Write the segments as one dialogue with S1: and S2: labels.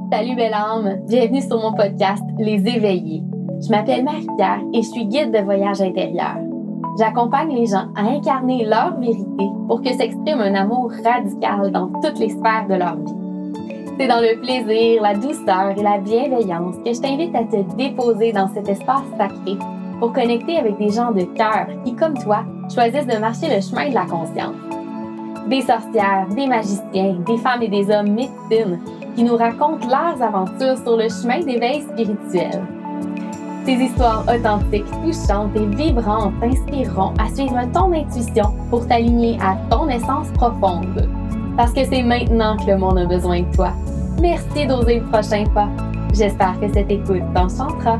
S1: Salut belle âme, bienvenue sur mon podcast Les Éveillés. Je m'appelle Marie-Pierre et je suis guide de voyage intérieur. J'accompagne les gens à incarner leur vérité pour que s'exprime un amour radical dans toutes les sphères de leur vie. C'est dans le plaisir, la douceur et la bienveillance que je t'invite à te déposer dans cet espace sacré pour connecter avec des gens de cœur qui, comme toi, choisissent de marcher le chemin de la conscience. Des sorcières, des magiciens, des femmes et des hommes médecines qui nous racontent leurs aventures sur le chemin d'éveil spirituel. Ces histoires authentiques, touchantes et vibrantes t'inspireront à suivre ton intuition pour t'aligner à ton essence profonde. Parce que c'est maintenant que le monde a besoin de toi. Merci d'oser le prochain pas. J'espère que cette écoute t'enchantera.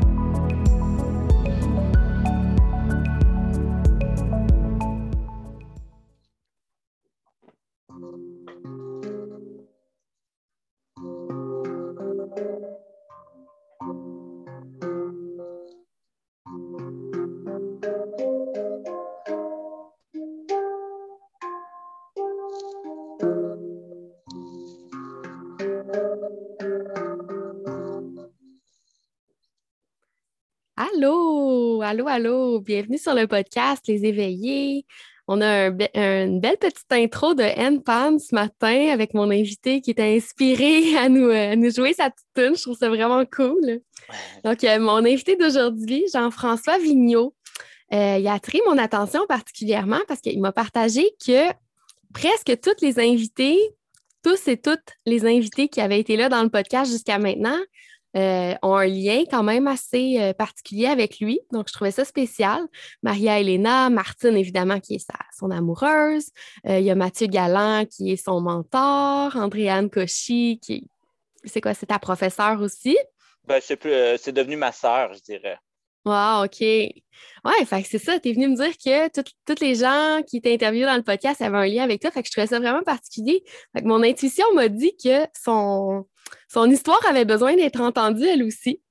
S2: Allô, allô, allô, bienvenue sur le podcast Les Éveillés. On a une belle petite intro de N-Pan ce matin avec mon invité qui était inspiré à nous jouer sa petite tune. Je trouve ça vraiment cool. Donc, mon invité d'aujourd'hui, Jean-François Vigneault, il a attiré mon attention particulièrement parce qu'il m'a partagé que presque toutes les invités, tous et toutes les invités qui avaient été là dans le podcast jusqu'à maintenant, ont un lien quand même assez particulier avec lui. Donc, je trouvais ça spécial. Maria Elena, Martine, évidemment, qui est son amoureuse. Il y a Mathieu Galland, qui est son mentor. Andréane Cauchy, c'est quoi, c'est ta professeure aussi?
S3: C'est devenu ma sœur, je dirais.
S2: Wow, OK. Ouais, fait que c'est ça. Tu es venu me dire que tous les gens qui étaient interviewés dans le podcast avaient un lien avec toi. Fait que je trouvais ça vraiment particulier. Fait que mon intuition m'a dit que son histoire avait besoin d'être entendue, elle aussi.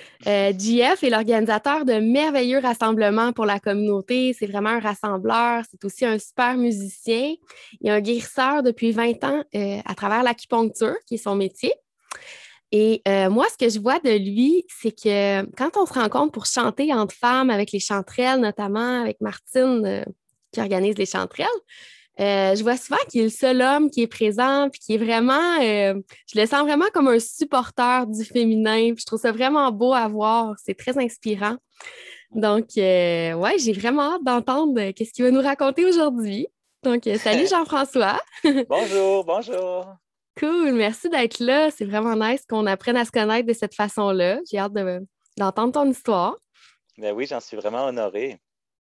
S2: JF est l'organisateur de merveilleux rassemblements pour la communauté. C'est vraiment un rassembleur. C'est aussi un super musicien. Il est un guérisseur depuis 20 ans à travers l'acupuncture, qui est son métier. Et moi, ce que je vois de lui, c'est que quand on se rencontre pour chanter entre femmes avec les chanterelles, notamment avec Martine qui organise les chanterelles, je vois souvent qu'il est le seul homme qui est présent, puis qui est vraiment, je le sens vraiment comme un supporter du féminin, puis je trouve ça vraiment beau à voir, c'est très inspirant. Donc, ouais, j'ai vraiment hâte d'entendre qu'est-ce qu'il va nous raconter aujourd'hui. Donc, salut Jean-François.
S3: Bonjour, bonjour.
S2: Cool, merci d'être là. C'est vraiment nice qu'on apprenne à se connaître de cette façon-là. J'ai hâte d'entendre ton histoire.
S3: Ben oui, j'en suis vraiment honoré.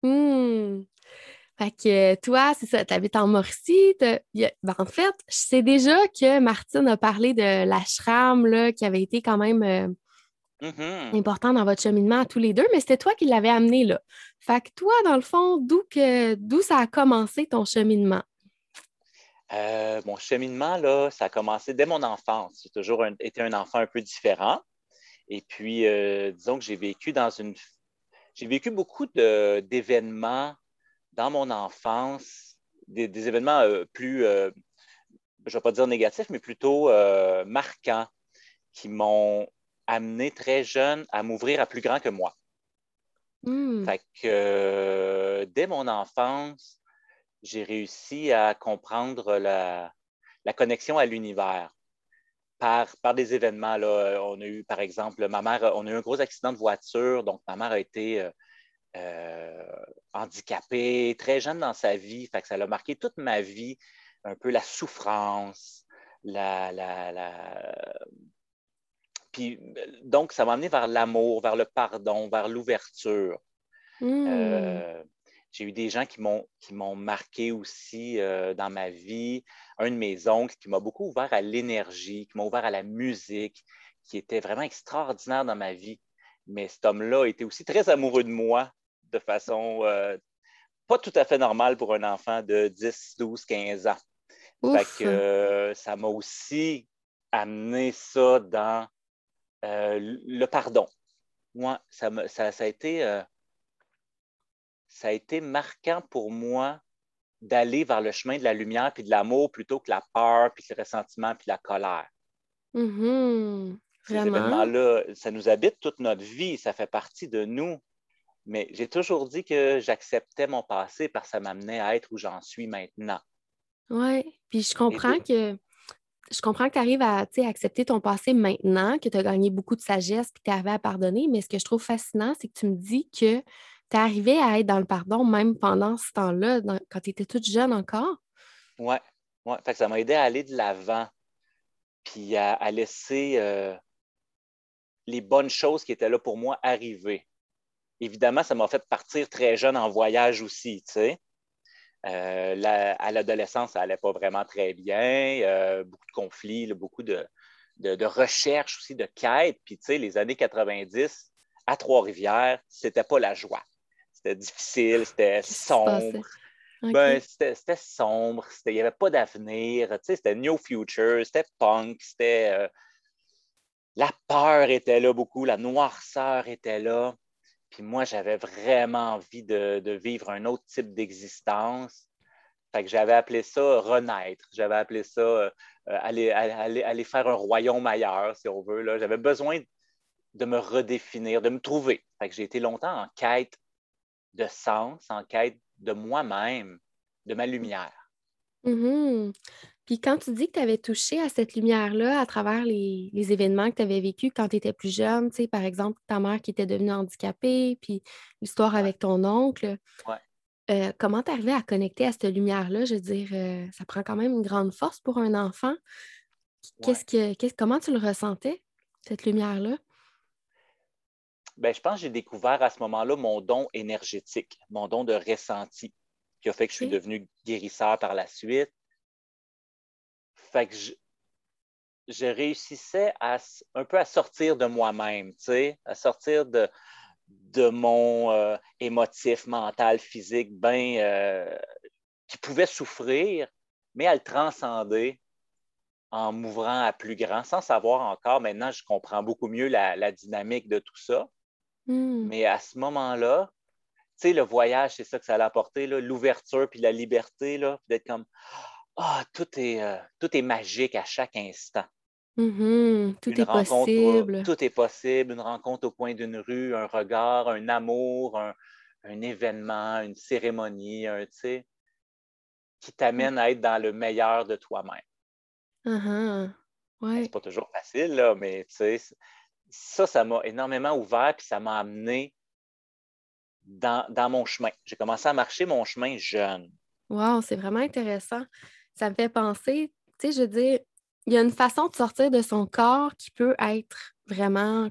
S2: Fait que toi, c'est ça, tu habites en Mauricie. En fait, je sais déjà que Martine a parlé de l'ashram là, qui avait été quand même important dans votre cheminement à tous les deux, mais c'était toi qui l'avais amené là. Fait que toi, dans le fond, d'où ça a commencé ton cheminement?
S3: Mon cheminement, là, ça a commencé dès mon enfance. J'ai toujours été un enfant un peu différent. Et puis, disons que j'ai vécu beaucoup d'événements dans mon enfance, des événements plus, je ne vais pas dire négatifs, mais plutôt marquants, qui m'ont amené très jeune à m'ouvrir à plus grand que moi. Fait que dès mon enfance, j'ai réussi à comprendre la connexion à l'univers par des événements. Là. On a eu, par exemple, on a eu un gros accident de voiture, donc ma mère a été handicapée très jeune dans sa vie. Fait que ça a marqué toute ma vie, un peu la souffrance, Puis, donc, ça m'a amené vers l'amour, vers le pardon, vers l'ouverture. J'ai eu des gens qui m'ont marqué aussi dans ma vie. Un de mes oncles qui m'a beaucoup ouvert à l'énergie, qui m'a ouvert à la musique, qui était vraiment extraordinaire dans ma vie. Mais cet homme-là était aussi très amoureux de moi de façon pas tout à fait normale pour un enfant de 10, 12, 15 ans. Fait que ça m'a aussi amené ça dans le pardon. Moi, ça a été marquant pour moi d'aller vers le chemin de la lumière puis de l'amour plutôt que la peur, puis le ressentiment, puis la colère. Ces
S2: Vraiment.
S3: événements-là, ça nous habite toute notre vie, ça fait partie de nous. Mais j'ai toujours dit que j'acceptais mon passé parce que ça m'amenait à être où j'en suis maintenant.
S2: Oui. Puis
S3: Et de-
S2: je comprends que tu arrives à, tu sais, accepter ton passé maintenant, que tu as gagné beaucoup de sagesse, puis tu es arrivé à pardonner. Mais ce que je trouve fascinant, c'est que tu me dis que tu es arrivé à être dans le pardon même pendant ce temps-là, quand tu étais toute jeune encore.
S3: ouais, ouais. Fait que ça m'a aidé à aller de l'avant, puis à laisser les bonnes choses qui étaient là pour moi arriver. Évidemment, ça m'a fait partir très jeune en voyage aussi, tu sais. À l'adolescence, ça n'allait pas vraiment très bien. Beaucoup de conflits, là, beaucoup de recherches aussi, de quêtes. Puis, tu sais, les années 90, à Trois-Rivières, c'était pas la joie. C'était difficile, c'était
S2: Qu'est-ce qui se
S3: sombre.
S2: passait? OK.
S3: Ben, c'était sombre, il n'y avait pas d'avenir. Tu sais, c'était New Future, c'était punk, la peur était là beaucoup, la noirceur était là. Puis moi, j'avais vraiment envie de vivre un autre type d'existence. Fait que j'avais appelé ça renaître. J'avais appelé ça aller faire un royaume ailleurs, si on veut. Là. J'avais besoin de me redéfinir, de me trouver. Fait que j'ai été longtemps en quête de sens, en quête de moi-même, de ma lumière.
S2: Mhm. Puis quand tu dis que tu avais touché à cette lumière-là à travers les événements que tu avais vécus quand tu étais plus jeune, tu sais, par exemple, ta mère qui était devenue handicapée, puis l'histoire
S3: Ouais,
S2: avec ton oncle,
S3: ouais,
S2: comment tu arrivais à connecter à cette lumière-là? Je veux dire, ça prend quand même une grande force pour un enfant.
S3: ouais.
S2: Comment tu le ressentais, cette lumière-là?
S3: Ben, je pense que j'ai découvert à ce moment-là mon don énergétique, mon don de ressenti, qui a fait que je suis
S2: OK.
S3: devenu guérisseur par la suite. Fait que je réussissais un peu à sortir de moi-même, tu sais, à sortir de mon émotif, mental, physique, qui pouvait souffrir, mais à le transcender en m'ouvrant à plus grand, sans savoir encore. Maintenant, je comprends beaucoup mieux la dynamique de tout ça.
S2: Hmm.
S3: Mais à ce moment-là, tu sais, le voyage, c'est ça que ça allait apporter, là, l'ouverture puis la liberté, là, puis d'être comme, tout est magique à chaque instant.
S2: Mhm. Tout
S3: Une
S2: est
S3: rencontre,
S2: possible.
S3: tout est possible, une rencontre au coin d'une rue, un regard, un amour, un événement, une cérémonie, tu sais, qui t'amène à être dans le meilleur de toi-même.
S2: Ah,
S3: Ben,
S2: ouais.
S3: c'est pas toujours facile, là, mais tu sais, ça m'a énormément ouvert, puis ça m'a amené dans mon chemin. J'ai commencé à marcher mon chemin jeune.
S2: Wow, c'est vraiment intéressant. Ça me fait penser, tu sais, je veux dire, il y a une façon de sortir de son corps qui peut être vraiment,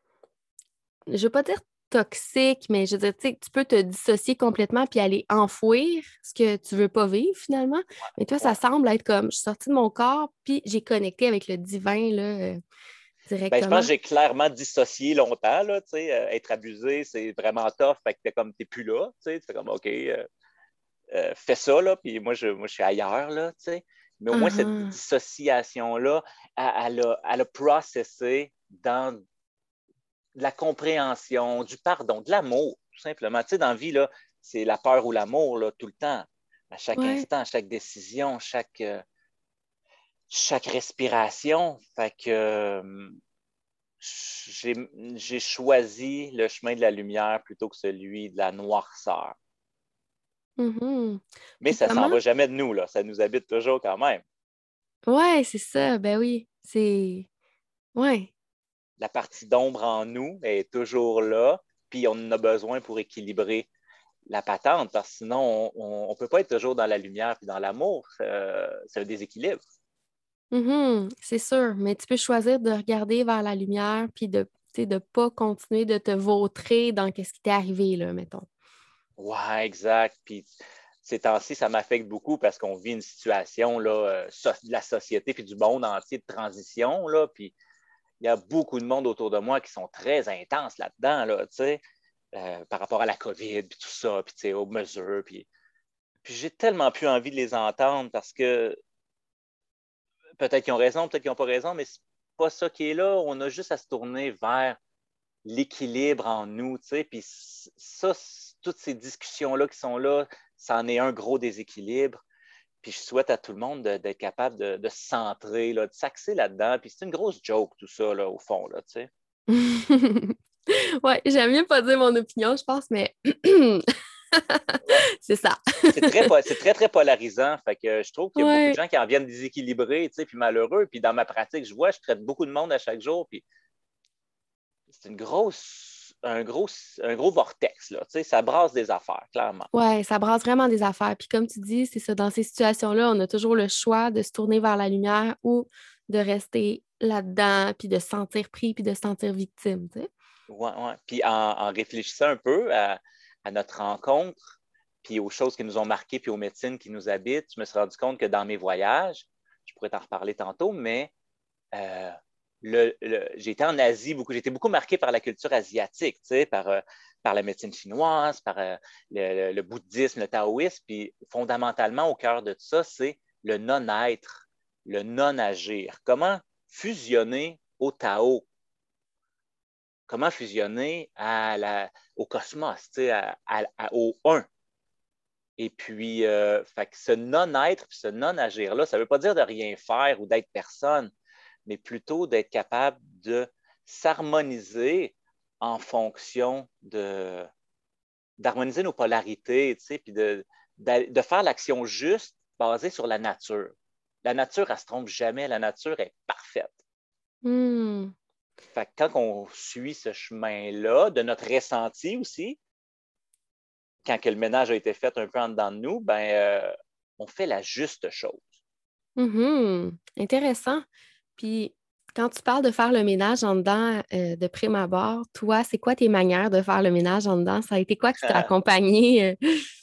S2: je veux pas dire toxique, mais je veux dire, tu sais, tu peux te dissocier complètement puis aller enfouir ce que tu veux pas vivre finalement. Mais toi, ça
S3: Ouais.
S2: semble être comme, je suis sortie de mon corps puis j'ai connecté avec le divin, là,
S3: Ben, je pense
S2: directement.
S3: que j'ai clairement dissocié longtemps, là, tu sais, être abusé, c'est vraiment tough, fait que t'es plus là, tu sais, tu fais comme, OK, fais ça, là, puis moi, je suis ailleurs, là, tu sais. Mais au moins, cette
S2: Ah,
S3: dissociation-là, elle a processé dans de la compréhension, du pardon, de l'amour, tout simplement. Tu sais, dans la vie, là, c'est la peur ou l'amour, là, tout le temps, à chaque
S2: ouais.
S3: instant, à chaque décision, chaque respiration. Fait que j'ai, j'ai choisi le chemin de la lumière plutôt que celui de la noirceur.
S2: Mhm.
S3: Mais
S2: Puis
S3: ça s'en
S2: comment?
S3: va jamais de nous, là. Ça nous habite toujours quand même.
S2: Ouais, c'est ça. Ben oui, c'est. Ouais.
S3: La partie d'ombre en nous est toujours là, puis on en a besoin pour équilibrer la patente, parce que sinon, on ne peut pas être toujours dans la lumière puis dans l'amour. C'est un déséquilibre.
S2: Mhm, c'est sûr, mais tu peux choisir de regarder vers la lumière puis de tu sais, de pas continuer de te vautrer dans ce qui t'est arrivé, là, mettons.
S3: Ouais, exact. Puis ces temps-ci, ça m'affecte beaucoup parce qu'on vit une situation là, de la société puis du monde entier de transition. Là, puis il y a beaucoup de monde autour de moi qui sont très intenses là-dedans, là, tu sais, par rapport à la COVID, puis tout ça, puis tu sais, aux mesures. Puis j'ai tellement plus envie de les entendre parce que peut-être qu'ils ont raison, peut-être qu'ils n'ont pas raison, mais c'est pas ça qui est là. On a juste à se tourner vers l'équilibre en nous, tu sais. Puis ça, toutes ces discussions-là qui sont là, ça en est un gros déséquilibre. Puis je souhaite à tout le monde d'être capable de se centrer, là, de s'axer là-dedans. Puis c'est une grosse joke, tout ça, là, au fond, là, tu sais.
S2: Ouais, j'aime mieux pas dire mon opinion, je pense, mais
S3: Ouais.
S2: c'est ça.
S3: C'est très, très polarisant. Fait que je trouve qu'il y a beaucoup de
S2: Ouais.
S3: gens qui en viennent déséquilibrés, tu sais, puis malheureux. Puis dans ma pratique, je traite beaucoup de monde à chaque jour. Puis c'est un gros vortex, là. Tu sais, ça brasse des affaires, clairement.
S2: Ouais, ça brasse vraiment des affaires. Puis comme tu dis, c'est ça, dans ces situations-là, on a toujours le choix de se tourner vers la lumière ou de rester là-dedans, puis de se sentir pris, puis de se sentir victime, tu sais.
S3: Ouais, ouais. Puis en réfléchissant un peu à notre rencontre, puis aux choses qui nous ont marquées, puis aux médecines qui nous habitent, je me suis rendu compte que dans mes voyages, je pourrais t'en reparler tantôt, mais euh, j'ai été en Asie beaucoup, j'ai été beaucoup marqué par la culture asiatique, tu sais, par la médecine chinoise, par le bouddhisme, le taoïsme, puis fondamentalement, au cœur de tout ça, c'est le non-être, le non-agir. Comment fusionner au Tao? Comment fusionner au cosmos, tu sais, au un. Et puis, fait que ce non-être puis ce non-agir-là, ça ne veut pas dire de rien faire ou d'être personne, mais plutôt d'être capable de s'harmoniser en fonction d'harmoniser nos polarités, tu sais, puis de faire l'action juste basée sur la nature. La nature, elle ne se trompe jamais. La nature est parfaite.
S2: Hmm.
S3: Fait que quand on suit ce chemin-là, de notre ressenti aussi, quand que le ménage a été fait un peu en dedans de nous, on fait la juste chose.
S2: Mhm. Intéressant. Puis, quand tu parles de faire le ménage en dedans de prime abord, toi, c'est quoi tes manières de faire le ménage en dedans? Ça a été quoi qui t'a accompagné?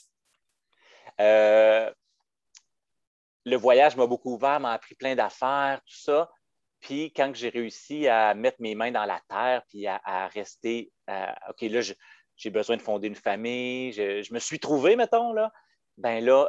S3: Euh, le voyage m'a beaucoup ouvert, m'a appris plein d'affaires, tout ça. Puis quand j'ai réussi à mettre mes mains dans la terre, puis à rester, OK, là, j'ai besoin de fonder une famille, je me suis trouvé, mettons, là, ben là,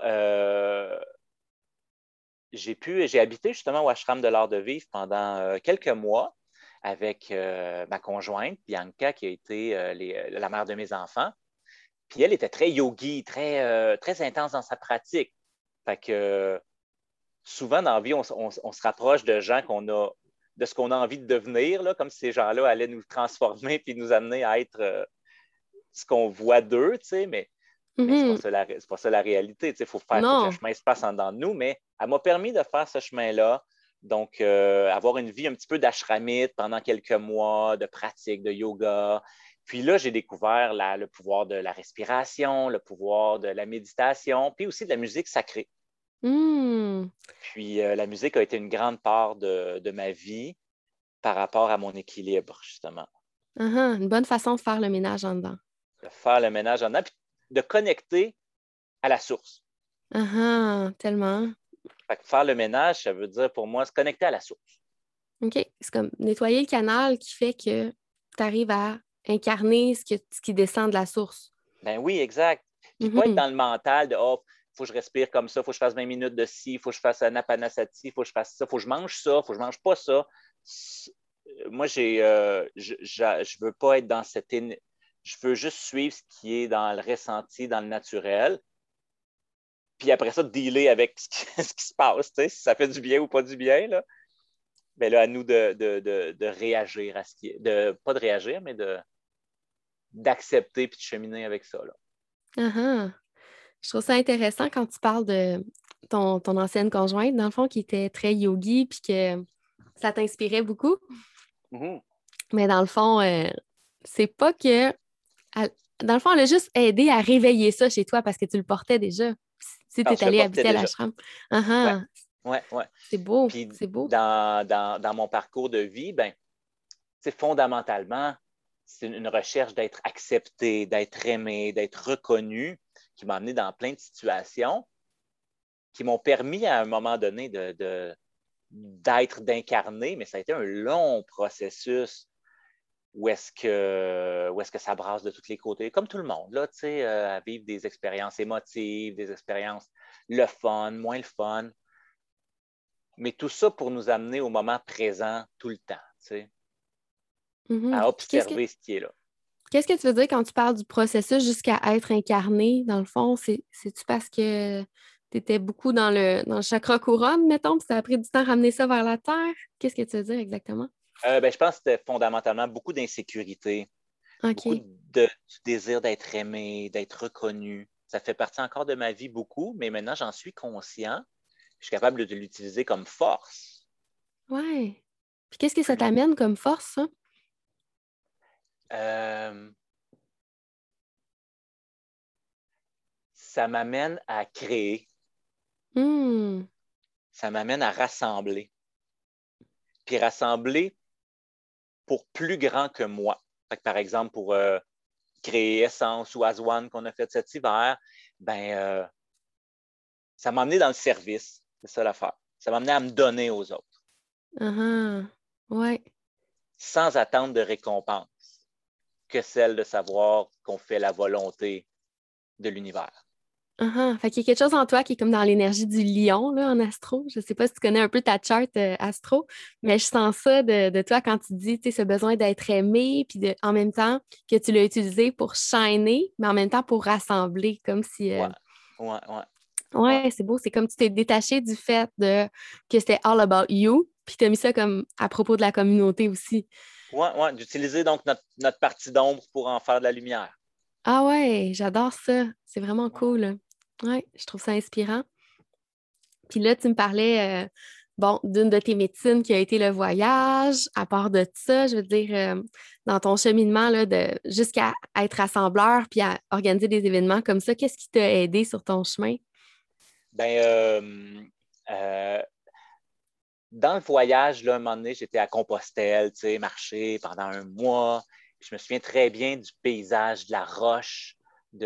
S3: j'ai habité justement au ashram de l'art de vivre pendant quelques mois avec ma conjointe, Bianca, qui a été la mère de mes enfants. Puis elle était très yogi, très intense dans sa pratique. Fait que souvent dans la vie, on se rapproche de gens de ce qu'on a envie de devenir, là, comme si ces gens-là allaient nous transformer puis nous amener à être ce qu'on voit d'eux, tu sais, mais
S2: Mhm.
S3: c'est pas ça la réalité. Il faut que le
S2: Non.
S3: chemin se passe en dedans de nous, mais elle m'a permis de faire ce chemin-là. Donc, avoir une vie un petit peu d'ashramite pendant quelques mois, de pratique, de yoga. Puis là, j'ai découvert le pouvoir de la respiration, le pouvoir de la méditation, puis aussi de la musique sacrée.
S2: Hmm.
S3: Puis la musique a été une grande part de ma vie par rapport à mon équilibre, justement.
S2: Uh-huh. Une bonne façon de faire le ménage en dedans.
S3: De faire le ménage en dedans, puis de connecter à la source.
S2: Uh-huh. Tellement.
S3: Fait que faire le ménage, ça veut dire pour moi se connecter à la source.
S2: OK. C'est comme nettoyer le canal qui fait que tu arrives à incarner ce qui descend de la source.
S3: Ben oui, exact. Puis pas être
S2: Mhm.
S3: dans le mental de oh, faut que je respire comme ça, faut que je fasse 20 minutes de ci, faut que je fasse un apanasati, faut que je fasse ça, faut que je mange ça, faut que je mange pas ça. Moi, je veux pas être dans je veux juste suivre ce qui est dans le ressenti, dans le naturel. Puis après ça, dealer avec ce qui se passe, tu sais, si ça fait du bien ou pas du bien, là. Ben là, à nous de réagir à ce qui est. Pas de réagir, mais d'accepter puis de cheminer avec ça, là.
S2: Uh-huh. Je trouve ça intéressant quand tu parles de ton ancienne conjointe, dans le fond, qui était très yogi, puis que ça t'inspirait beaucoup.
S3: Mhm.
S2: Mais dans le fond, c'est pas que. Dans le fond, elle a juste aidé à réveiller ça chez toi parce que tu le portais déjà. Si tu
S3: Alors,
S2: es
S3: je le
S2: allé
S3: portais
S2: habiter à
S3: déjà.
S2: l'ashram.
S3: Ouais,
S2: Uh-huh.
S3: ouais, ouais.
S2: C'est beau,
S3: Puis
S2: c'est beau.
S3: dans mon parcours de vie, fondamentalement, c'est une recherche d'être accepté, d'être aimé, d'être reconnu qui m'a amené dans plein de situations qui m'ont permis à un moment donné d'être, d'incarner, mais ça a été un long processus où est-ce que ça brasse de tous les côtés, comme tout le monde, là, tu sais, à vivre des expériences émotives, des expériences le fun, moins le fun, mais tout ça pour nous amener au moment présent tout le temps, tu sais,
S2: Mhm.
S3: à
S2: Puis
S3: observer ce qui est là.
S2: qu'est-ce que tu veux dire quand tu parles du processus jusqu'à être incarné, dans le fond? C'est-tu parce que tu étais beaucoup dans le chakra couronne, mettons, puis ça a pris du temps à ramener ça vers la terre. Qu'est-ce que tu veux dire exactement?
S3: Je pense que c'était fondamentalement beaucoup d'insécurité, beaucoup
S2: OK.
S3: du désir d'être aimé, d'être reconnu. Ça fait partie encore de ma vie beaucoup, mais maintenant, j'en suis conscient. Je suis capable de l'utiliser comme force.
S2: Ouais. Puis qu'est-ce que ça
S3: Puis,
S2: t'amène comme force, ça?
S3: euh, ça m'amène à créer,
S2: Hmm.
S3: ça m'amène à rassembler. Puis rassembler pour plus grand que moi. Fait que, par exemple, pour créer Essence ou Aswan qu'on a fait cet hiver, ça m'a amené dans le service. C'est ça l'affaire. Ça m'a amené à me donner aux autres,
S2: Ah, ouais.
S3: sans attendre de récompense, que celle de savoir qu'on fait la volonté de l'univers.
S2: Fait qu'il y a quelque chose en toi qui est comme dans l'énergie du lion, là, en astro. Je sais pas si tu connais un peu ta charte astro, mais je sens ça de toi quand tu dis, tu sais, ce besoin d'être aimé, puis en même temps que tu l'as utilisé pour shiner, mais en même temps pour rassembler, comme si...
S3: Ouais, ouais, ouais, ouais.
S2: Ouais, c'est beau. C'est comme tu t'es détaché du fait que c'était all about you, puis tu as mis ça comme à propos de la communauté aussi.
S3: Ouais, ouais, d'utiliser donc notre partie d'ombre pour en faire de la lumière.
S2: Ah ouais, j'adore ça. C'est vraiment
S3: Ouais.
S2: cool. Ouais, je trouve ça inspirant. Puis là, tu me parlais, bon, d'une de tes médecines qui a été le voyage. À part de ça, je veux dire, dans ton cheminement, là, jusqu'à être rassembleur puis à organiser des événements comme ça, qu'est-ce qui t'a aidé sur ton chemin?
S3: Ben, euh, dans le voyage, là, un moment donné, j'étais à Compostelle, tu sais, marcher pendant un mois. Puis je me souviens très bien du paysage, de la roche,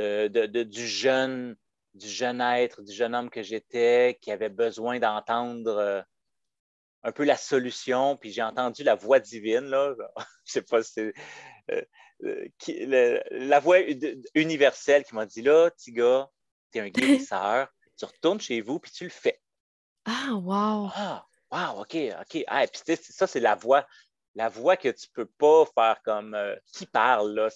S3: du jeune être, du jeune homme que j'étais, qui avait besoin d'entendre un peu la solution. Puis j'ai entendu la voix divine, là. Je sais pas si c'est euh, la voix universelle qui m'a dit là, petit gars, tu es un guérisseur, tu retournes chez vous, puis tu le fais.
S2: Ah, wow!
S3: Ah, wow, OK, OK. Ah, puis ça, c'est la voix que tu peux pas faire comme qui parle, là.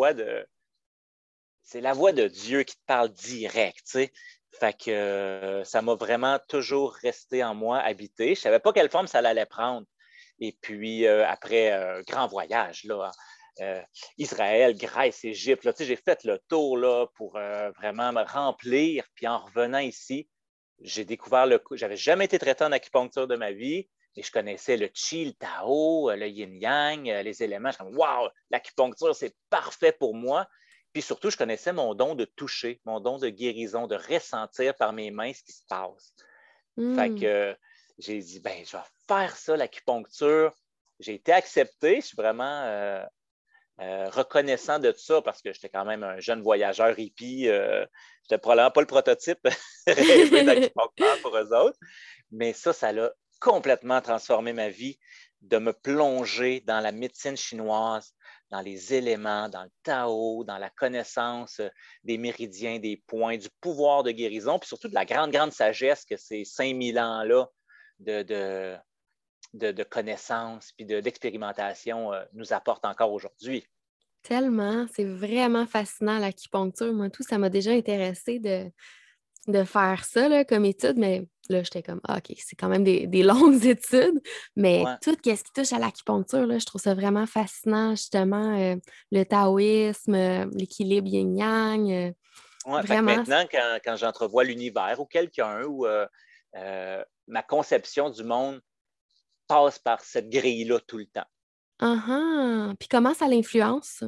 S3: C'est la voix de Dieu qui te parle direct, tu sais. Fait que ça m'a vraiment toujours resté en moi, habité. Je savais pas quelle forme ça allait prendre. Et puis, après grand voyage, là, Israël, Grèce, Égypte, là, tu sais, j'ai fait le tour là, pour vraiment me remplir. Puis en revenant ici, j'ai découvert j'avais jamais été traité en acupuncture de ma vie, mais je connaissais le chi, le tao, le yin-yang, les éléments. Je suis comme, wow, l'acupuncture, c'est parfait pour moi. Puis surtout, je connaissais mon don de toucher, mon don de guérison, de ressentir par mes mains ce qui se passe. Fait que
S2: Hmm.
S3: j'ai dit, ben, je vais faire ça, l'acupuncture. J'ai été accepté. Je suis vraiment reconnaissant de ça parce que j'étais quand même un jeune voyageur hippie. J'étais probablement pas le prototype rêvé d'acupuncteur pour eux autres. Mais ça l'a complètement transformé ma vie de me plonger dans la médecine chinoise, dans les éléments, dans le Tao, dans la connaissance des méridiens, des points, du pouvoir de guérison, puis surtout de la grande, grande sagesse que ces 5000 ans-là de, de, de connaissances puis d'expérimentation nous apportent encore aujourd'hui.
S2: Tellement, c'est vraiment fascinant l'acupuncture. Moi, tout, ça m'a déjà intéressé de faire ça là, comme étude, mais là, j'étais comme, ah, OK, c'est quand même des longues études, mais
S3: Ouais.
S2: tout ce qui touche à l'acupuncture, là, je trouve ça vraiment fascinant, justement, le taoïsme, l'équilibre yin-yang,
S3: Ouais, fait que
S2: vraiment.
S3: maintenant, quand j'entrevois l'univers ou quelqu'un ou ma conception du monde passe par cette grille-là tout le temps.
S2: Puis comment ça l'influence?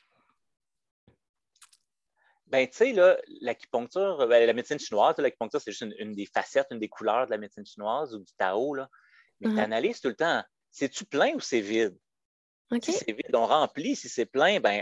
S3: Ben, tu sais, là, l'acupuncture, ben, la médecine chinoise, l'acupuncture, c'est juste une des facettes, une des couleurs de la médecine chinoise ou du Tao, là. Mais tu
S2: Uh-huh.
S3: analyses tout le temps, c'est-tu plein ou c'est vide?
S2: OK.
S3: Si c'est vide, on remplit. Si c'est plein, ben,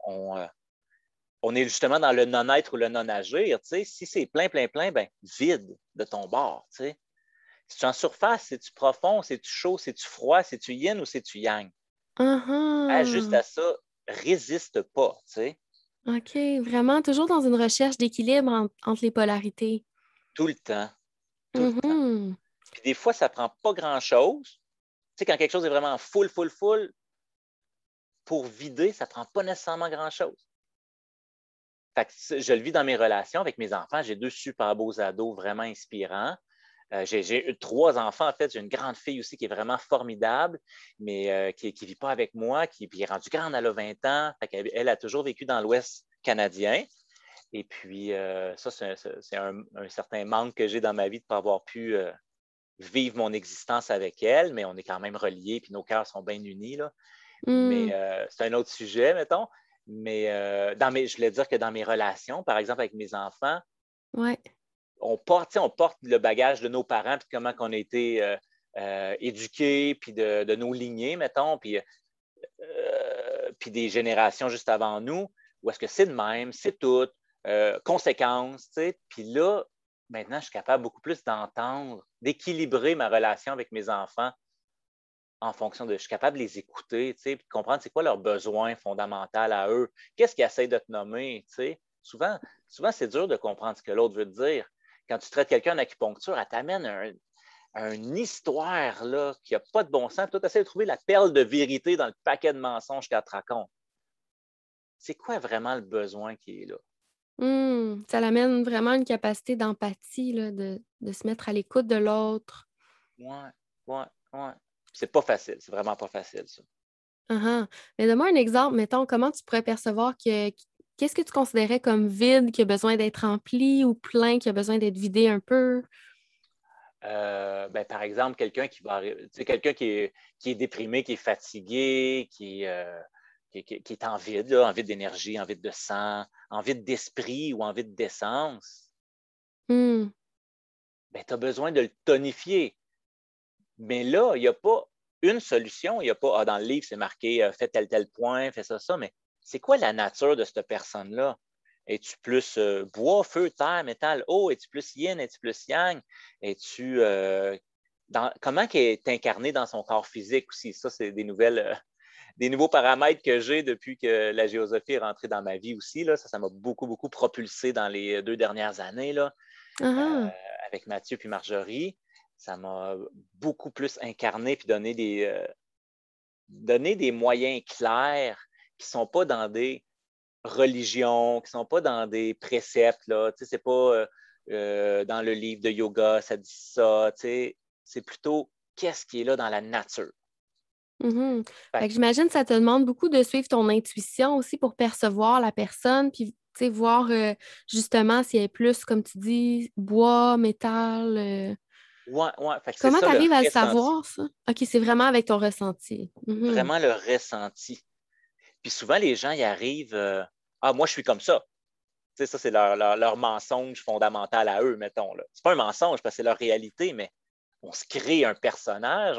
S3: on est justement dans le non-être ou le non-agir. Tu sais. Si c'est plein, plein, plein, ben, vide de ton bord. Tu sais. Si tu es en surface, c'est-tu profond, c'est-tu chaud, c'est-tu froid, c'est-tu yin ou c'est-tu yang? Juste
S2: Uh-huh.
S3: à ça, résiste pas. Tu sais.
S2: OK, vraiment, toujours dans une recherche d'équilibre entre les polarités.
S3: Tout le temps. Tout le temps.
S2: Mhm.
S3: Puis des fois, ça prend pas grand-chose. Tu sais, quand quelque chose est vraiment full, full, full, pour vider, ça prend pas nécessairement grand-chose. Fait que je le vis dans mes relations avec mes enfants. J'ai 2 super beaux ados vraiment inspirants. J'ai eu 3 enfants, en fait. J'ai une grande fille aussi qui est vraiment formidable, mais qui ne vit pas avec moi, qui est rendue grande, elle a 20 ans. Fait qu'elle, elle a toujours vécu dans l'Ouest canadien. Et puis, ça, c'est un certain manque que j'ai dans ma vie de ne pas avoir pu vivre mon existence avec elle, mais on est quand même reliés, puis nos cœurs sont bien unis, là. Mais
S2: Hmm.
S3: c'est un autre sujet, mettons. Mais je voulais dire que dans mes relations, par exemple avec mes enfants,
S2: Ouais.
S3: on porte le bagage de nos parents, puis comment on a été éduqués, puis de nos lignées, mettons, puis des générations juste avant nous, où est-ce que c'est de même, c'est tout, conséquences, tu sais. Puis là, maintenant, je suis capable beaucoup plus d'entendre, d'équilibrer ma relation avec mes enfants en fonction de, je suis capable de les écouter, tu sais, puis de comprendre c'est quoi leurs besoins fondamentaux à eux. Qu'est-ce qu'ils essayent de te nommer, tu sais. Souvent, c'est dur de comprendre ce que l'autre veut te dire. Quand tu traites quelqu'un en acupuncture, elle t'amène une histoire là, qui n'a pas de bon sens. Toi, tu essaies de trouver la perle de vérité dans le paquet de mensonges qu'elle te raconte. C'est quoi vraiment le besoin qui est là?
S2: Ça l'amène vraiment une capacité d'empathie, là, de se mettre à l'écoute de l'autre.
S3: Ouais, ouais, ouais. C'est pas facile, c'est vraiment pas facile, ça.
S2: Uh-huh. Mais donne-moi un exemple, mettons, comment tu pourrais percevoir qu'est-ce que tu considérais comme vide qui a besoin d'être rempli ou plein qui a besoin d'être vidé un peu?
S3: Par exemple, quelqu'un qui est déprimé, qui est fatigué, qui est en vide, là, en vide d'énergie, en vide de sang, en vide d'esprit ou en vide d'essence,
S2: Hmm.
S3: tu as besoin de le tonifier. Mais là, il n'y a pas une solution. Il n'y a pas, dans le livre, c'est marqué, fais tel point, fais ça, mais c'est quoi la nature de cette personne-là? Es-tu plus bois, feu, terre, métal, eau? Es-tu plus yin? Es-tu plus yang? Es-tu comment elle est incarnée dans son corps physique aussi? Ça, c'est des nouveaux paramètres que j'ai depuis que la géosophie est rentrée dans ma vie aussi. Là. Ça m'a beaucoup, beaucoup propulsé dans les 2 dernières années là,
S2: Ah,
S3: avec Mathieu puis Marjorie. Ça m'a beaucoup plus incarné puis donné des moyens clairs qui ne sont pas dans des religions, qui ne sont pas dans des préceptes. Là. Tu sais, c'est pas dans le livre de yoga, ça dit ça. Tu sais, c'est plutôt qu'est-ce qui est là dans la nature.
S2: mhm.
S3: Fait
S2: Fait que j'imagine que ça te demande beaucoup de suivre ton intuition aussi pour percevoir la personne, puis tu sais, voir justement si elle est plus, comme tu dis, bois, métal.
S3: ouais, ouais. Fait que c'est
S2: Comment
S3: ça
S2: tu
S3: le
S2: arrives à le
S3: ressenti.
S2: savoir, ça? OK, c'est vraiment avec ton ressenti. Mhm.
S3: Vraiment le ressenti. Puis souvent, les gens y arrivent ah, moi, je suis comme ça. Tu sais, ça, c'est leur mensonge fondamental à eux, mettons. Là. C'est pas un mensonge parce que c'est leur réalité, mais on se crée un personnage,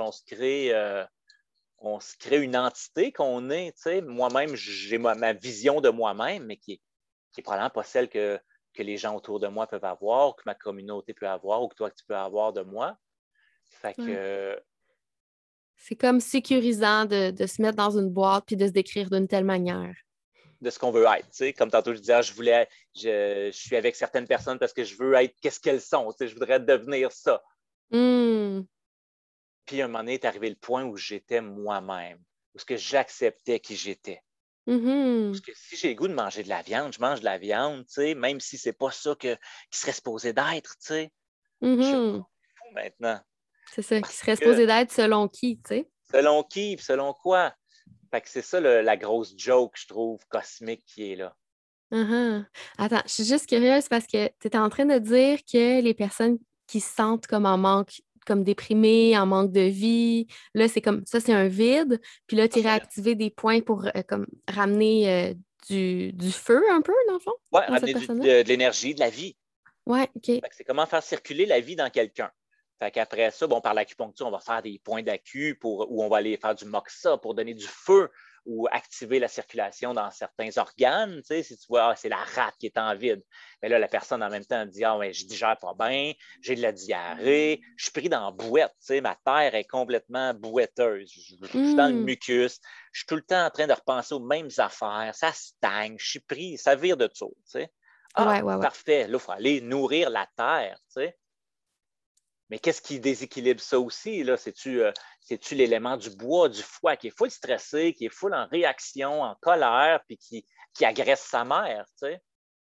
S3: on se crée une entité qu'on est. Tu sais. Moi-même, j'ai ma vision de moi-même, mais qui est probablement pas celle que les gens autour de moi peuvent avoir, que ma communauté peut avoir, ou que toi, que tu peux avoir de moi. Fait que,
S2: Ouais. C'est comme sécurisant de se mettre dans une boîte puis de se décrire d'une telle manière.
S3: de ce qu'on veut être. Tu sais. Comme tantôt, je disais, je suis avec certaines personnes parce que je veux être qu'est-ce qu'elles sont. Tu sais, je voudrais devenir ça.
S2: Hmm.
S3: Puis, à un moment donné, est arrivé le point où j'étais moi-même, où ce que j'acceptais qui j'étais. Parce
S2: Mhm.
S3: que si j'ai le goût de manger de la viande, je mange de la viande, tu sais, même si c'est pas ça qui serait supposé d'être, tu sais. Je m'en
S2: Mhm.
S3: fous maintenant.
S2: C'est ça, qui
S3: Parce
S2: serait
S3: que
S2: supposé d'être selon qui, tu sais?
S3: selon qui, selon quoi? Fait que c'est ça la grosse joke, je trouve, cosmique qui est là.
S2: Mhm. Attends, je suis juste curieuse parce que tu étais en train de dire que les personnes qui se sentent comme en manque, comme déprimées, en manque de vie, là, c'est comme ça, c'est un vide. Puis là,
S3: Ça,
S2: tu irais
S3: c'est un vide.
S2: activer des points pour comme ramener du feu un peu, dans le fond,
S3: Ouais,
S2: dans cette
S3: ramener
S2: personne-là.
S3: de l'énergie, de la vie.
S2: Ouais, OK.
S3: Fait que c'est comment faire circuler la vie dans quelqu'un. Fait qu'après ça, bon, par l'acupuncture, on va faire des points d'acu où on va aller faire du moxa pour donner du feu ou activer la circulation dans certains organes. Tu sais, si tu vois, ah, c'est la rate qui est en vide. Mais là, la personne en même temps dit, ah, ouais, je digère pas bien, j'ai de la diarrhée, je suis pris dans la bouette. Tu sais, ma terre est complètement bouetteuse. Je suis dans le
S2: Hmm.
S3: mucus. Je suis tout le temps en train de repenser aux mêmes affaires. Ça stagne. Je suis pris. Ça vire de tout. Tu sais. Ah,
S2: Ouais, ouais, ouais.
S3: parfait. Là, il faut aller nourrir la terre. Tu sais. Mais qu'est-ce qui déséquilibre ça aussi? Là? C'est-tu l'élément du bois, du foie qui est full stressé, qui est full en réaction, en colère, puis qui agresse sa mère? Tu sais?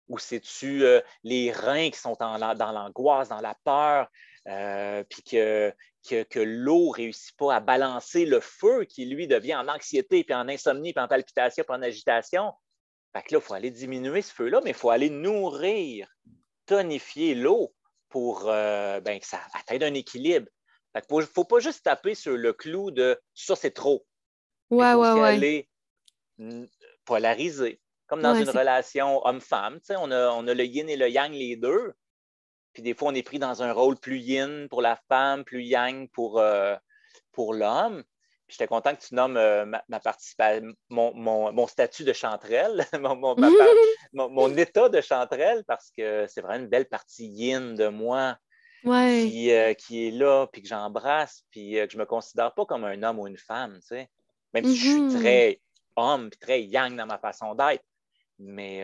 S3: Ou c'est-tu les reins qui sont dans l'angoisse, dans la peur, puis que l'eau ne réussit pas à balancer le feu qui, lui, devient en anxiété, puis en insomnie, puis en palpitation, puis en agitation. Fait que là, il faut aller diminuer ce feu-là, mais il faut aller nourrir, tonifier l'eau pour que ça atteigne un équilibre. Fait qu'il ne faut pas juste taper sur le clou de ça, c'est trop. Mais il
S2: Ouais,
S3: faut
S2: ouais,
S3: aussi
S2: ouais.
S3: aller polariser. Comme dans
S2: Ouais,
S3: une relation homme-femme, on a le yin et le yang, les deux. Puis des fois, on est pris dans un rôle plus yin pour la femme, plus yang pour l'homme. Puis j'étais content que tu nommes ma participation, mon statut de chanterelle, mon état de chanterelle, parce que c'est vraiment une belle partie yin de moi
S2: Ouais.
S3: qui est là, puis que j'embrasse, puis que je ne me considère pas comme un homme ou une femme, tu sais. Même si je suis très homme, puis très yang dans ma façon d'être. Mais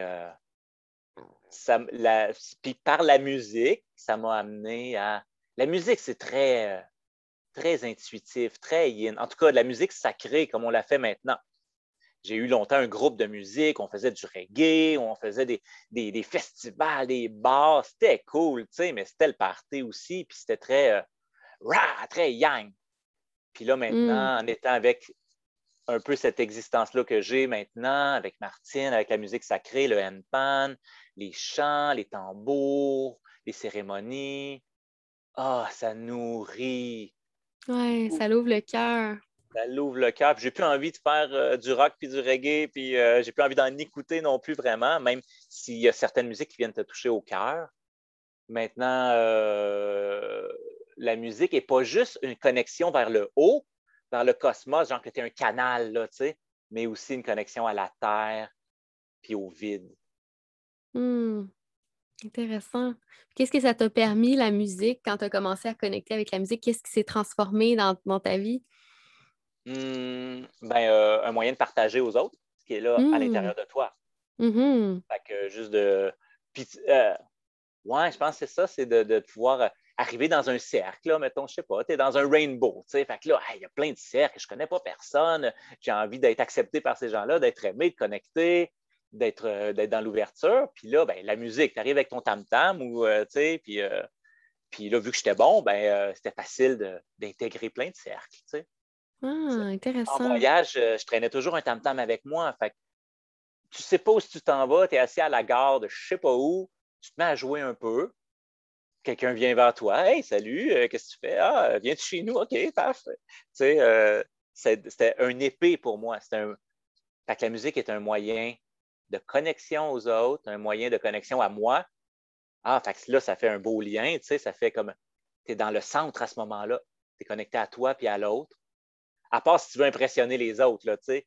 S3: puis par la musique, ça m'a amené à... La musique, c'est très, très intuitif, très yin. En tout cas, de la musique sacrée, comme on la fait maintenant. J'ai eu longtemps un groupe de musique, on faisait du reggae, on faisait des festivals, des bars. C'était cool, tu sais, mais c'était le party aussi, puis c'était très, très yang. Puis là, maintenant, en étant avec un peu cette existence-là que j'ai maintenant, avec Martine, avec la musique sacrée, le handpan, les chants, les tambours, les cérémonies. Ah, ça nourrit.
S2: Ouais, ça l'ouvre le cœur.
S3: Ça l'ouvre le cœur. J'ai plus envie de faire du rock puis du reggae, puis j'ai plus envie d'en écouter non plus vraiment, même s'il y a certaines musiques qui viennent te toucher au cœur. Maintenant, la musique n'est pas juste une connexion vers le haut, vers le cosmos, genre que tu es un canal, là, tu sais, mais aussi une connexion à la terre puis au vide.
S2: Intéressant. Qu'est-ce que ça t'a permis, la musique, quand tu as commencé à connecter avec la musique? Qu'est-ce qui s'est transformé dans ta vie?
S3: Un moyen de partager aux autres ce qui est là à
S2: Mmh.
S3: l'intérieur de toi.
S2: Mhm.
S3: Fait que juste de. Puis, ouais, je pense que c'est ça, c'est de pouvoir arriver dans un cercle, là, mettons, je sais pas, tu es dans un rainbow, tu sais, fait que là, il y a plein de cercles, je connais pas personne, j'ai envie d'être accepté par ces gens-là, d'être aimé, de connecter, d'être dans l'ouverture, puis là, ben, la musique, tu arrives avec ton tam-tam, ou, tu sais, puis là, vu que j'étais bon, c'était facile d'intégrer plein de cercles, tu sais.
S2: Ah,
S3: En
S2: intéressant.
S3: voyage, je traînais toujours un tam-tam avec moi, fait que tu sais pas où tu t'en vas, tu es assis à la gare de je sais pas où, tu te mets à jouer un peu, quelqu'un vient vers toi. Hey, salut, qu'est-ce que tu fais? Ah, viens-tu chez nous? OK, parfait. Tu sais, c'était un épée pour moi. Fait que la musique est un moyen de connexion aux autres, un moyen de connexion à moi. Ah, fait que là, ça fait un beau lien, tu sais, ça fait comme tu es dans le centre à ce moment-là. Tu es connecté à toi puis à l'autre. À part si tu veux impressionner les autres, là, tu sais,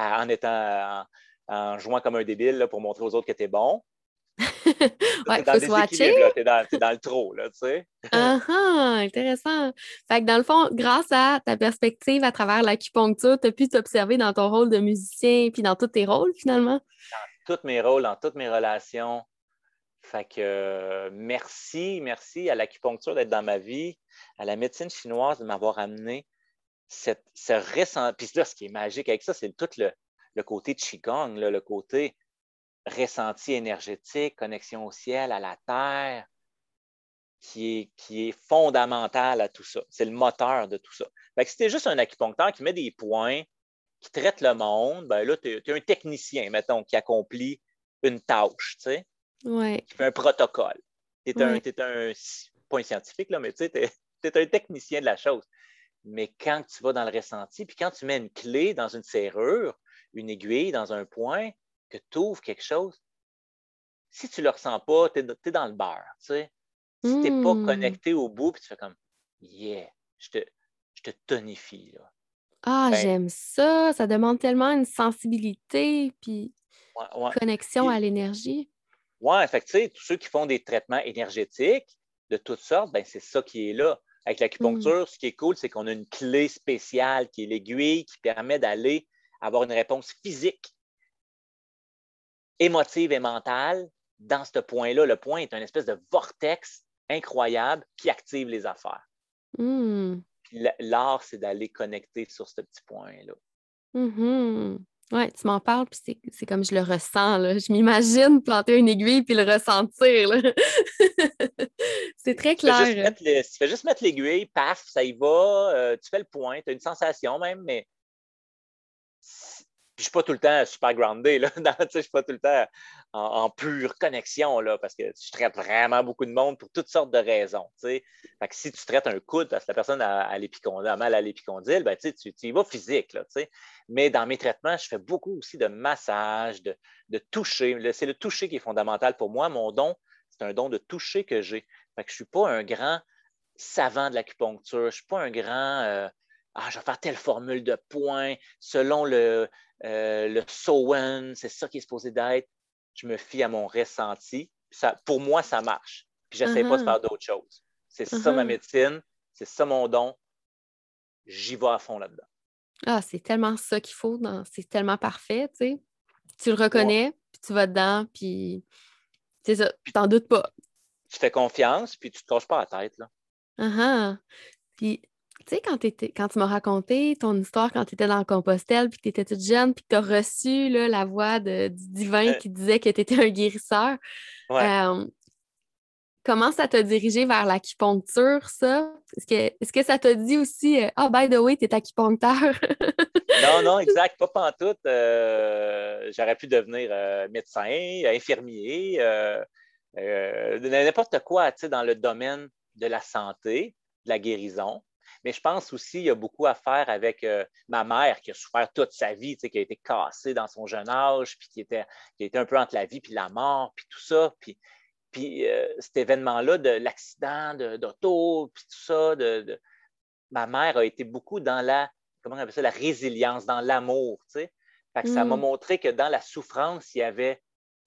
S3: en jouant comme un débile là, pour montrer aux autres que tu es bon. Tu
S2: Ouais,
S3: es dans
S2: faut
S3: le
S2: se watcher.
S3: déséquilibre, là, t'es dans le trop, là, tu sais.
S2: Ah ah, intéressant. Fait que dans le fond, grâce à ta perspective à travers l'acupuncture, tu as pu t'observer dans ton rôle de musicien puis dans tous tes rôles finalement.
S3: Tous mes rôles, dans toutes mes relations. Fait que merci à l'acupuncture d'être dans ma vie, à la médecine chinoise de m'avoir amené ce ressenti. Puis là, ce qui est magique avec ça, c'est tout le côté Qigong, là, le côté ressenti énergétique, connexion au ciel, à la terre, qui est fondamental à tout ça. C'est le moteur de tout ça. Fait que si tu es juste un acupuncteur qui met des points, qui traite le monde, ben là, tu es un technicien, mettons, qui accomplit une tâche, tu sais,
S2: Ouais,
S3: qui fait un protocole. Tu es
S2: ouais.
S3: pas un scientifique, là, mais tu sais, es un technicien de la chose. Mais quand tu vas dans le ressenti, puis quand tu mets une clé dans une serrure, une aiguille dans un point, que tu ouvres quelque chose, si tu ne le ressens pas, tu es dans le beurre, tu sais. Si tu n'es pas
S2: Hmm.
S3: connecté au bout, puis tu fais comme, yeah, je te tonifie, là.
S2: Ah,
S3: Ben,
S2: j'aime ça. Ça demande tellement une sensibilité puis
S3: ouais, ouais.
S2: connexion à
S3: Puis,
S2: l'énergie.
S3: ouais, fait que, tu sais, tous ceux qui font des traitements énergétiques de toutes sortes, ben, c'est ça qui est là. Avec
S2: Hmm.
S3: l'acupuncture, ce qui est cool, c'est qu'on a une clé spéciale qui est l'aiguille qui permet d'aller avoir une réponse physique, émotive et mentale dans ce point-là. Le point est une espèce de vortex incroyable qui active les affaires.
S2: Hmm.
S3: Puis l'art, c'est d'aller connecter sur ce petit point-là.
S2: Mhm. Ouais, tu m'en parles, puis c'est comme je le ressens, là. Je m'imagine planter une aiguille puis le ressentir, là. C'est très clair.
S3: Tu fais juste mettre l'aiguille, paf, ça y va, tu fais le point, tu as une sensation même, mais je ne suis pas tout le temps super groundé, là. Je ne suis pas tout le temps en pure connexion, là, parce que je traite vraiment beaucoup de monde pour toutes sortes de raisons. Fait que si tu traites un coude parce que la personne a mal à l'épicondyle, ben, tu y vas physique. Là, mais dans mes traitements, je fais beaucoup aussi de massage, de toucher. C'est le toucher qui est fondamental pour moi. Mon don, c'est un don de toucher que j'ai. Fait que je ne suis pas un grand savant de l'acupuncture. Je ne suis pas un grand je vais faire telle formule de points selon le Sowen, c'est ça qui est supposé d'être. Je me fie à mon ressenti. Pour moi, ça marche. Puis je n'essaie pas de
S2: Uh-huh.
S3: faire d'autres choses. C'est ça ma
S2: Uh-huh.
S3: médecine, c'est ça mon don. J'y vais à fond là-dedans.
S2: Ah, c'est tellement ça qu'il faut, c'est tellement parfait, tu sais. Tu le
S3: Ouais.
S2: reconnais, puis tu vas dedans, puis c'est ça, t'en doutes pas.
S3: Tu fais confiance, puis tu ne te casses pas la tête. Là.
S2: Uh-huh. Puis, tu sais, quand tu m'as raconté ton histoire quand tu étais dans le Compostelle, puis que tu étais toute jeune, puis que tu as reçu là, la voix du divin
S3: Euh,
S2: qui disait que tu étais un guérisseur,
S3: ouais.
S2: euh, comment ça t'a dirigé vers l'acupuncture, ça? Est-ce que ça t'a dit aussi, ah, by the way, t'es acupuncteur?
S3: Non, non, exact, pas pantoute. J'aurais pu devenir médecin, infirmier, n'importe quoi dans le domaine de la santé, de la guérison. Mais je pense aussi qu'il y a beaucoup à faire avec ma mère qui a souffert toute sa vie, qui a été cassée dans son jeune âge, puis qui était un peu entre la vie et la mort, puis tout ça. Puis cet événement-là de l'accident d'auto, puis tout ça, ma mère a été beaucoup dans comment on appelle ça, la résilience, dans l'amour. Fait que ça m'a
S2: Hmm.
S3: montré que dans la souffrance, il y avait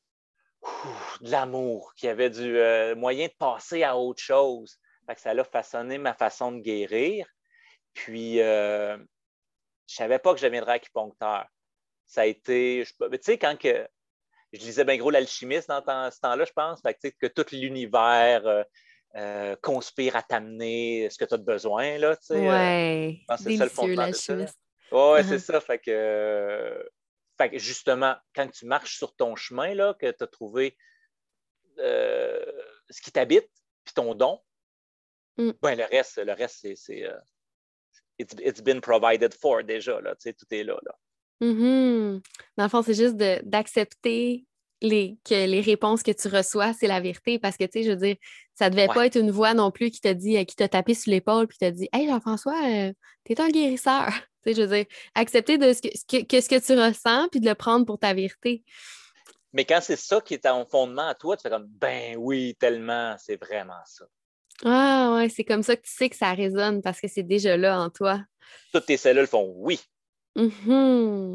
S3: de l'amour, qu'il y avait du moyen de passer à autre chose. Fait que ça a façonné ma façon de guérir. Puis, je ne savais pas que je deviendrais acupuncteur. Ça a été, tu sais, quand je lisais bien gros l'alchimiste dans ce temps-là, je pense, fait que tout l'univers conspire à t'amener ce que tu as besoin, là, tu sais.
S2: Ouais,
S3: Je pense que c'est ça le
S2: délicieux,
S3: fondement de ça.
S2: l'alchimiste.
S3: Ouais, c'est
S2: Uh-huh.
S3: ça. Fait que justement, quand tu marches sur ton chemin, là, que tu as trouvé euh, ce qui t'habite, puis ton don,
S2: Mm.
S3: ben, le reste it's been provided for déjà, là, tout est là.
S2: Mhm. Dans le fond, c'est juste d'accepter que les réponses que tu reçois, c'est la vérité. Parce que, tu sais, je veux dire, ça devait
S3: Ouais.
S2: pas être une voix non plus qui t'a dit, qui t'a tapé sur l'épaule puis t'a dit, Hey, Jean-François, t'es un guérisseur. Tu sais, je veux dire, accepter de ce que tu ressens puis de le prendre pour ta vérité.
S3: Mais quand c'est ça qui est en fondement à toi, tu fais comme, ben oui, tellement, c'est vraiment ça.
S2: Ah, ouais, c'est comme ça que tu sais que ça résonne parce que c'est déjà là en toi.
S3: Toutes tes cellules font oui.
S2: Mhm.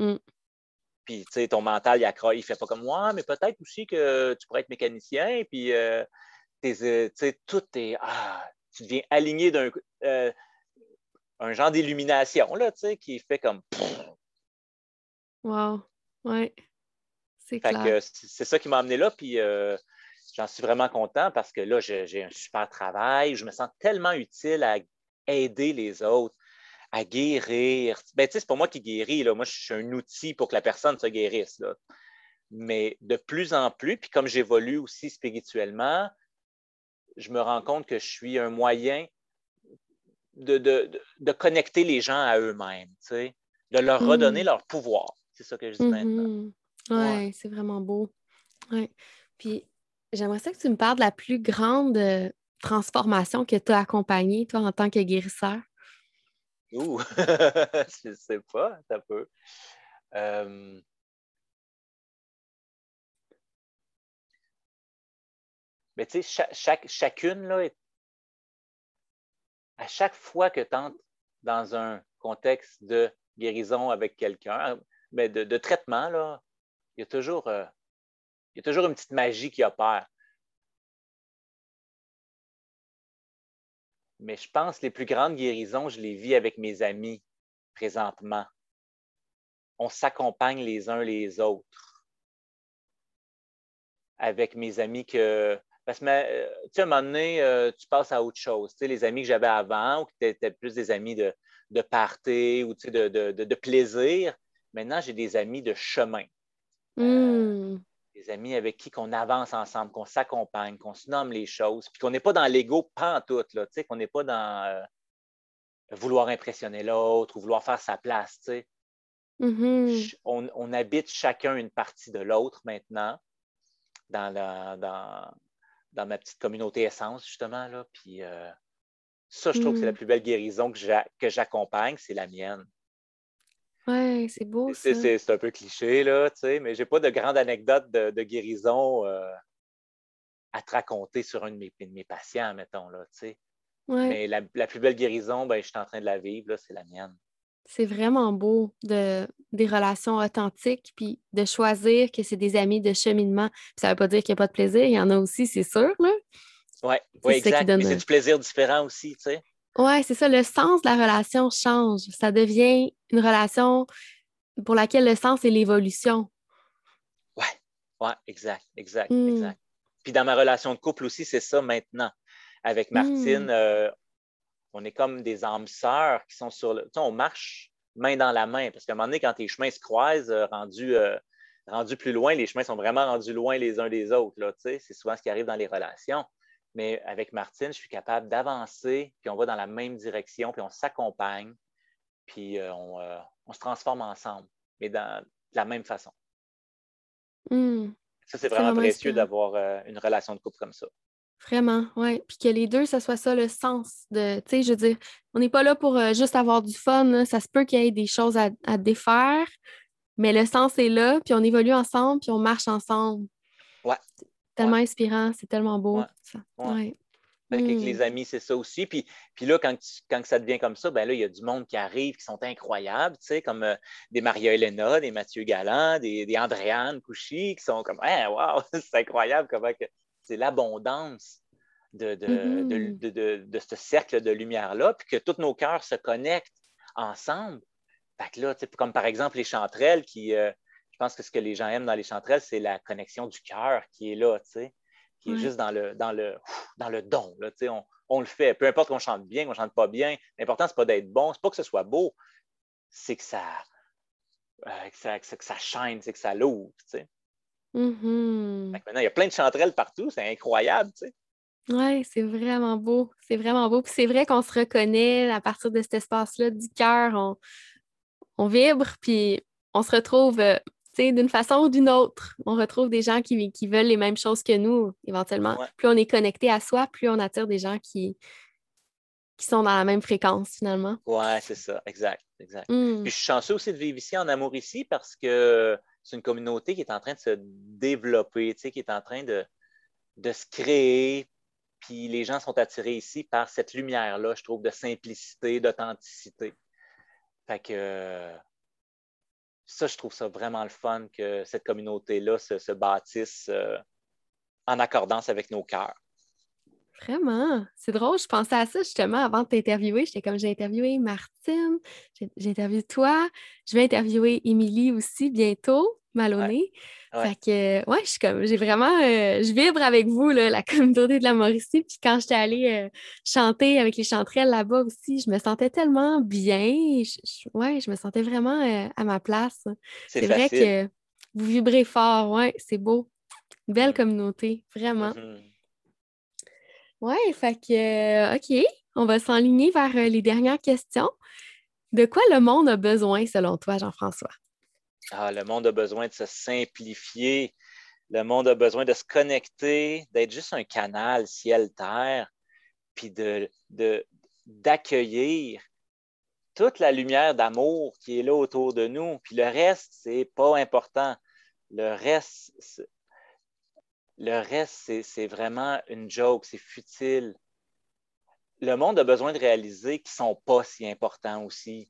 S3: Puis, tu sais, ton mental, il fait pas comme moi, mais peut-être aussi que tu pourrais être mécanicien, puis, tu sais, tout est, tu deviens aligné euh, un genre d'illumination, là, tu sais, qui fait comme,
S2: Wow. Ouais, c'est
S3: fait
S2: clair.
S3: que c'est ça qui m'a amené là, puis j'en suis vraiment content parce que là, j'ai un super travail, je me sens tellement utile à aider les autres, à guérir. Ben, tu sais, c'est pas moi qui guéris, là. Moi, je suis un outil pour que la personne se guérisse, là. Mais de plus en plus, puis comme j'évolue aussi spirituellement, je me rends compte que je suis un moyen de connecter les gens à eux-mêmes, tu sais, de leur redonner
S2: Mm.
S3: leur pouvoir. C'est ça que je dis maintenant.
S2: Mhm.
S3: Ouais.
S2: Ouais, c'est vraiment beau. Ouais. Puis, j'aimerais ça que tu me parles de la plus grande transformation que tu as accompagnée, toi, en tant que guérisseur.
S3: Ouh, je sais pas, ça peut. Euh, mais tu sais, chacune, là, à chaque fois que tu entres dans un contexte de guérison avec quelqu'un, mais de traitement, là, il y a toujours, il y a toujours une petite magie qui opère. Mais je pense que les plus grandes guérisons, je les vis avec mes amis présentement. On s'accompagne les uns les autres avec mes amis que. Parce que, tu sais, à un moment donné, tu passes à autre chose. Tu sais, les amis que j'avais avant, ou qui étaient plus des amis de party ou de plaisir, Maintenant, j'ai des amis de chemin.
S2: Hmm.
S3: Des amis avec qui qu'on avance ensemble, qu'on s'accompagne, qu'on se nomme les choses, puis qu'on n'est pas dans l'ego pantoute, là, qu'on n'est pas dans vouloir impressionner l'autre ou vouloir faire sa place.
S2: Mhm.
S3: On habite chacun une partie de l'autre maintenant dans ma petite communauté essence, justement. Là. Puis ça, je trouve que c'est la plus belle guérison que j'accompagne, c'est la mienne.
S2: Ouais, c'est beau ça.
S3: C'est un peu cliché, là, mais je n'ai pas de grande anecdote de guérison à te raconter sur un de mes patients, mettons. Là,
S2: Ouais.
S3: Mais la plus belle guérison, ben, je suis en train de la vivre, là, c'est la mienne.
S2: C'est vraiment beau des relations authentiques, puis de choisir que c'est des amis de cheminement. Puis ça ne veut pas dire qu'il n'y a pas de plaisir, il y en a aussi, c'est sûr, là.
S3: Oui,
S2: C'est ça qui
S3: exact. Mais c'est
S2: donne.
S3: du plaisir différent aussi, tu sais.
S2: Ouais, c'est ça, le sens de la relation change. Ça devient une relation pour laquelle le sens est l'évolution.
S3: Ouais, exact, exact,
S2: Hmm.
S3: exact. Puis dans ma relation de couple aussi, c'est ça maintenant. Avec
S2: Hmm.
S3: Martine, on est comme des âmes sœurs qui sont sur le. Tu sais, on marche main dans la main. Parce qu'à un moment donné, quand tes chemins se croisent, rendus plus loin, les chemins sont vraiment rendus loin les uns des autres. Là, tu sais. C'est souvent ce qui arrive dans les relations. Mais avec Martine, je suis capable d'avancer, puis on va dans la même direction, puis on s'accompagne, puis on se transforme ensemble, mais de la même façon.
S2: Hmm.
S3: Ça, c'est
S2: C'est
S3: vraiment
S2: vraiment
S3: précieux
S2: inspirant.
S3: d'avoir une relation de couple comme ça.
S2: Vraiment, oui. Puis que les deux, ça soit ça le sens de, tu sais, je veux dire, on n'est pas là pour juste avoir du fun, là. Ça se peut qu'il y ait des choses à défaire, mais le sens est là, puis on évolue ensemble, puis on marche ensemble.
S3: Ouais, ouais,
S2: Tellement inspirant, c'est tellement
S3: ouais,
S2: beau, ça.
S3: ouais.
S2: Ouais.
S3: Fait qu'avec
S2: Hmm.
S3: les amis, c'est ça aussi. Puis là, quand ça devient comme ça, ben là, il y a du monde qui arrive, qui sont incroyables, tu sais, comme des Maria Elena, des Mathieu Galland, des Andréane Couchy, qui sont comme, hey, wow, c'est incroyable comment que c'est l'abondance
S2: Mhm.
S3: de ce cercle de lumière-là, puis que tous nos cœurs se connectent ensemble. Fait que là, tu sais, comme par exemple les chanterelles je pense que ce que les gens aiment dans les chanterelles, c'est la connexion du cœur qui est là, tu sais, qui est
S2: Ouais.
S3: juste dans le don. Là, tu sais, on le fait. Peu importe qu'on chante bien, qu'on chante pas bien, l'important, c'est pas d'être bon, c'est pas que ce soit beau, c'est que ça shine, c'est que ça l'ouvre. Tu sais. Fait
S2: Mhm.
S3: que maintenant, il y a plein de chanterelles partout, c'est incroyable. Tu sais.
S2: Ouais, c'est vraiment beau. C'est vraiment beau. Puis c'est vrai qu'on se reconnaît à partir de cet espace-là du cœur. On vibre, puis on se retrouve, tu sais, d'une façon ou d'une autre. On retrouve des gens qui veulent les mêmes choses que nous, éventuellement.
S3: Ouais,
S2: Plus on est connecté à soi, plus on attire des gens qui sont dans la même fréquence, finalement.
S3: ouais, c'est ça, exact, exact.
S2: Hmm.
S3: Puis je suis chanceux aussi de vivre ici en amour ici parce que c'est une communauté qui est en train de se développer, tu sais, qui est en train de se créer. Puis les gens sont attirés ici par cette lumière-là, je trouve, de simplicité, d'authenticité. Fait que ça, je trouve ça vraiment le fun que cette communauté-là se bâtisse en accordance avec nos cœurs.
S2: Vraiment. C'est drôle, je pensais à ça justement avant de t'interviewer. J'étais comme, j'ai interviewé Martine, j'ai interviewé toi, je vais interviewer Émilie aussi bientôt,
S3: Ouais,
S2: Maloney.
S3: ouais,
S2: Fait que, ouais, je suis comme, j'ai vraiment, je vibre avec vous, là, la communauté de la Mauricie. Puis quand j'étais allée chanter avec les chanterelles là-bas aussi, je me sentais tellement bien. Ouais, je me sentais vraiment à ma place.
S3: c'est
S2: C'est vrai
S3: facile.
S2: que vous vibrez fort, ouais, c'est beau. Une belle
S3: Mm.
S2: communauté, vraiment.
S3: Mhm.
S2: Ouais, fait que, OK, on va s'enligner vers les dernières questions. De quoi le monde a besoin selon toi, Jean-François?
S3: Ah, le monde a besoin de se simplifier. Le monde a besoin de se connecter, d'être juste un canal ciel-terre, puis d'accueillir toute la lumière d'amour qui est là autour de nous. Puis le reste, c'est pas important. Le reste, c'est vraiment une joke, c'est futile. Le monde a besoin de réaliser qu'ils ne sont pas si importants aussi,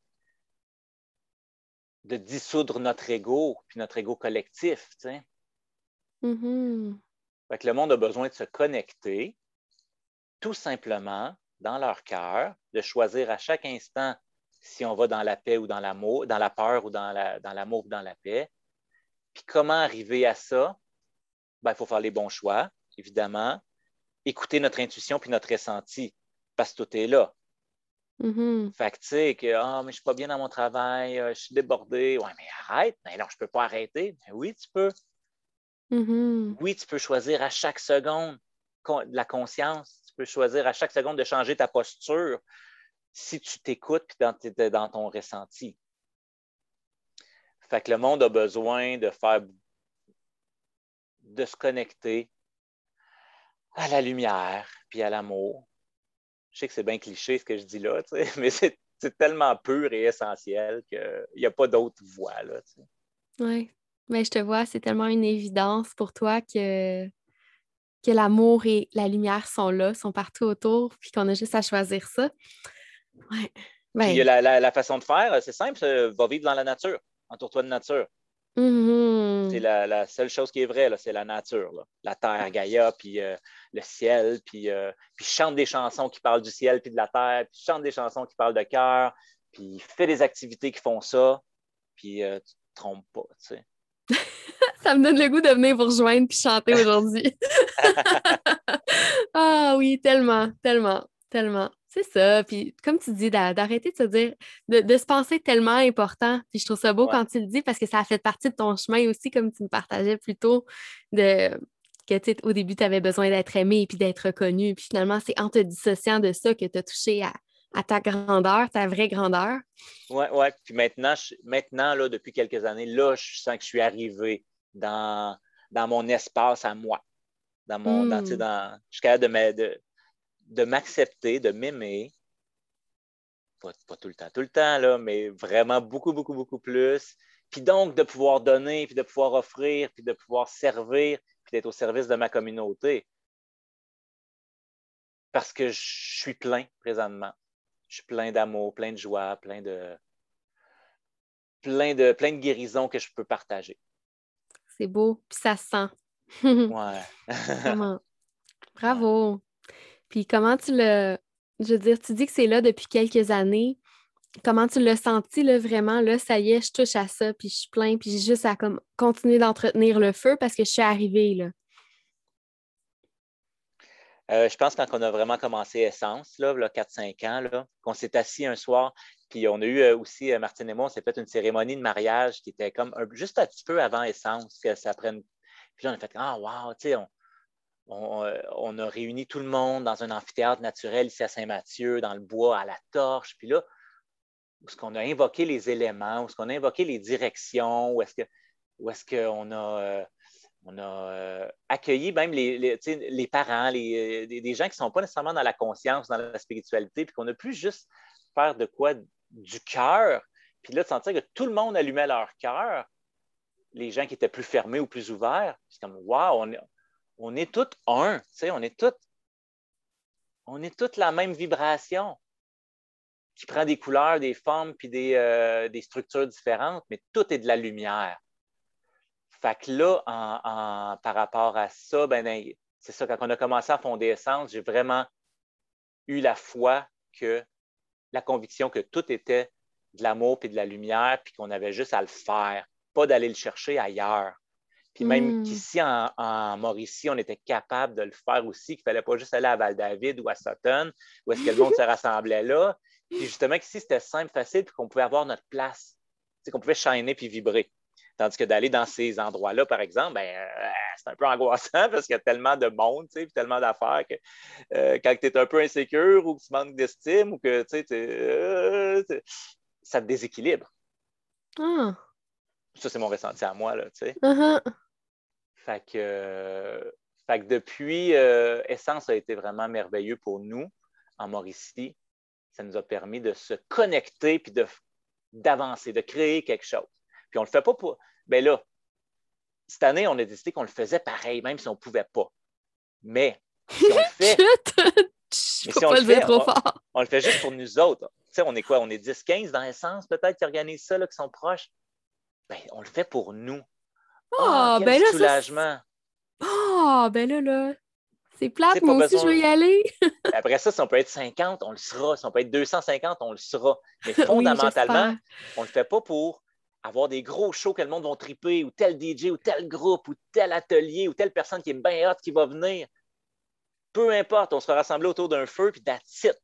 S3: de dissoudre notre ego, puis notre ego collectif. Tu sais.
S2: Mhm.
S3: Fait que le monde a besoin de se connecter, tout simplement, dans leur cœur, de choisir à chaque instant si on va dans la paix ou dans l'amour, dans la peur ou dans l'amour ou dans la paix. Puis comment arriver à ça? Ben, il faut faire les bons choix, évidemment. Écouter notre intuition puis notre ressenti, parce que tout est là.
S2: Mhm.
S3: Fait que, tu sais, que, mais je suis pas bien dans mon travail, je suis débordé. Ouais, mais arrête. Mais non, je peux pas arrêter. Mais oui, tu peux.
S2: Mhm.
S3: Oui, tu peux choisir à chaque seconde de la conscience. Tu peux choisir à chaque seconde de changer ta posture si tu t'écoutes et dans ton ressenti. Fait que le monde a besoin de se connecter à la lumière puis à l'amour. Je sais que c'est bien cliché ce que je dis là, mais c'est tellement pur et essentiel qu'il n'y a pas d'autre voie. Là,
S2: Ouais. Mais je te vois, c'est tellement une évidence pour toi que l'amour et la lumière sont là, sont partout autour, puis qu'on a juste à choisir ça. Ouais.
S3: Puis
S2: Ben,
S3: la façon de faire, c'est simple, va vivre dans la nature, entoure-toi de nature. C'est
S2: mhm.
S3: la seule chose qui est vraie, là, c'est la nature. Là. La terre, Gaïa, puis le ciel, puis chante des chansons qui parlent du ciel puis de la terre, puis chante des chansons qui parlent de cœur, puis fais des activités qui font ça, puis tu ne te trompes pas, tu sais.
S2: Ça me donne le goût de venir vous rejoindre puis chanter aujourd'hui. Ah oui, tellement, tellement, tellement. C'est ça. Puis comme tu dis, d'arrêter de se dire, de se penser tellement important. Puis je trouve ça beau
S3: Ouais.
S2: quand tu le dis parce que ça a fait partie de ton chemin aussi, comme tu me partageais plus tôt, de que tu sais, au début, tu avais besoin d'être aimé puis d'être reconnu. Puis finalement, c'est en te dissociant de ça que tu as touché à ta grandeur, ta vraie grandeur.
S3: Ouais, ouais. Puis maintenant là, depuis quelques années, là, je sens que je suis arrivé dans mon espace à moi. Tu sais,
S2: Hmm.
S3: je suis capable de m'accepter, de m'aimer. Pas tout le temps, là, mais vraiment beaucoup, beaucoup, beaucoup plus. Puis donc, de pouvoir donner, puis de pouvoir offrir, puis de pouvoir servir, puis d'être au service de ma communauté. Parce que je suis plein présentement. Je suis plein d'amour, plein de joie, plein de guérisons que je peux partager.
S2: C'est beau, puis ça se sent.
S3: Ouais.
S2: Vraiment.
S3: Ouais.
S2: Bravo. Puis comment tu le... Je veux dire, tu dis que c'est là depuis quelques années. Comment tu l'as senti, là, vraiment? Là, ça y est, je touche à ça, puis je suis plein, puis j'ai juste à comme, continuer d'entretenir le feu parce que je suis arrivée, là.
S3: Je pense quand on a vraiment commencé Essence, là 4-5 ans, là, qu'on s'est assis un soir, puis on a eu aussi, Martine et moi, on s'est fait une cérémonie de mariage qui était comme juste un petit peu avant Essence, que ça prenne. Puis là, on a fait wow, tu sais, on a réuni tout le monde dans un amphithéâtre naturel ici à Saint-Mathieu, dans le bois, à la torche. Puis là, où est-ce qu'on a invoqué les éléments, où est-ce qu'on a invoqué les directions, où est-ce qu'on a. On a accueilli même les parents, des gens qui ne sont pas nécessairement dans la conscience, dans la spiritualité, puis qu'on a pu juste faire de quoi du cœur, puis là, de sentir que tout le monde allumait leur cœur, les gens qui étaient plus fermés ou plus ouverts, c'est comme, wow, on est tous un, on est tous la même vibration qui prend des couleurs, des formes, puis des structures différentes, mais tout est de la lumière. Fait que là, par rapport à ça, c'est ça, quand on a commencé à fonder Essence, j'ai vraiment eu la foi la conviction que tout était de l'amour et de la lumière, puis qu'on avait juste à le faire, pas d'aller le chercher ailleurs. Puis même
S2: Hmm.
S3: qu'ici, en Mauricie, on était capable de le faire aussi, qu'il ne fallait pas juste aller à Val-David ou à Sutton, où est-ce que le monde se rassemblait là. Puis justement, qu'ici, c'était simple, facile, puis qu'on pouvait avoir notre place, qu'on pouvait shiner puis vibrer. Tandis que d'aller dans ces endroits-là, par exemple, c'est un peu angoissant parce qu'il y a tellement de monde, puis tellement d'affaires que quand tu es un peu insécure ou que tu manques d'estime ou que ça te déséquilibre.
S2: Ah.
S3: Ça, c'est mon ressenti à moi. Là,
S2: Uh-huh.
S3: fait que depuis, Essence a été vraiment merveilleux pour nous en Mauricie. Ça nous a permis de se connecter puis d'avancer, de créer quelque chose. Puis on le fait pas pour. Ben là, cette année, on a décidé qu'on le faisait pareil, même si on ne pouvait pas. Mais si on le fait,
S2: Chut! Je
S3: mais
S2: peux
S3: si on
S2: pas
S3: le
S2: le dire
S3: fait,
S2: trop fort.
S3: on le fait juste pour nous autres. Tu sais, on est quoi? On est 10-15 dans Essence, peut-être, qui organisent ça, là, qui sont proches. Ben, on le fait pour nous. Ah,
S2: Ah,
S3: quel
S2: ben là, ça...
S3: soulagement!
S2: Ah, ben là, c'est
S3: Tu
S2: plate,
S3: sais,
S2: moi
S3: pas
S2: aussi, je
S3: besoin.
S2: veux y aller.
S3: Après ça, si on peut être 50, on le sera. Si on peut être 250, on le sera. Mais
S2: Oui,
S3: fondamentalement,
S2: j'espère.
S3: on ne le fait pas pour avoir des gros shows que le monde va triper, ou tel DJ, ou tel groupe, ou tel atelier, ou telle personne qui est bien hot qui va venir. Peu importe, on sera rassemblés autour d'un feu, puis that's it.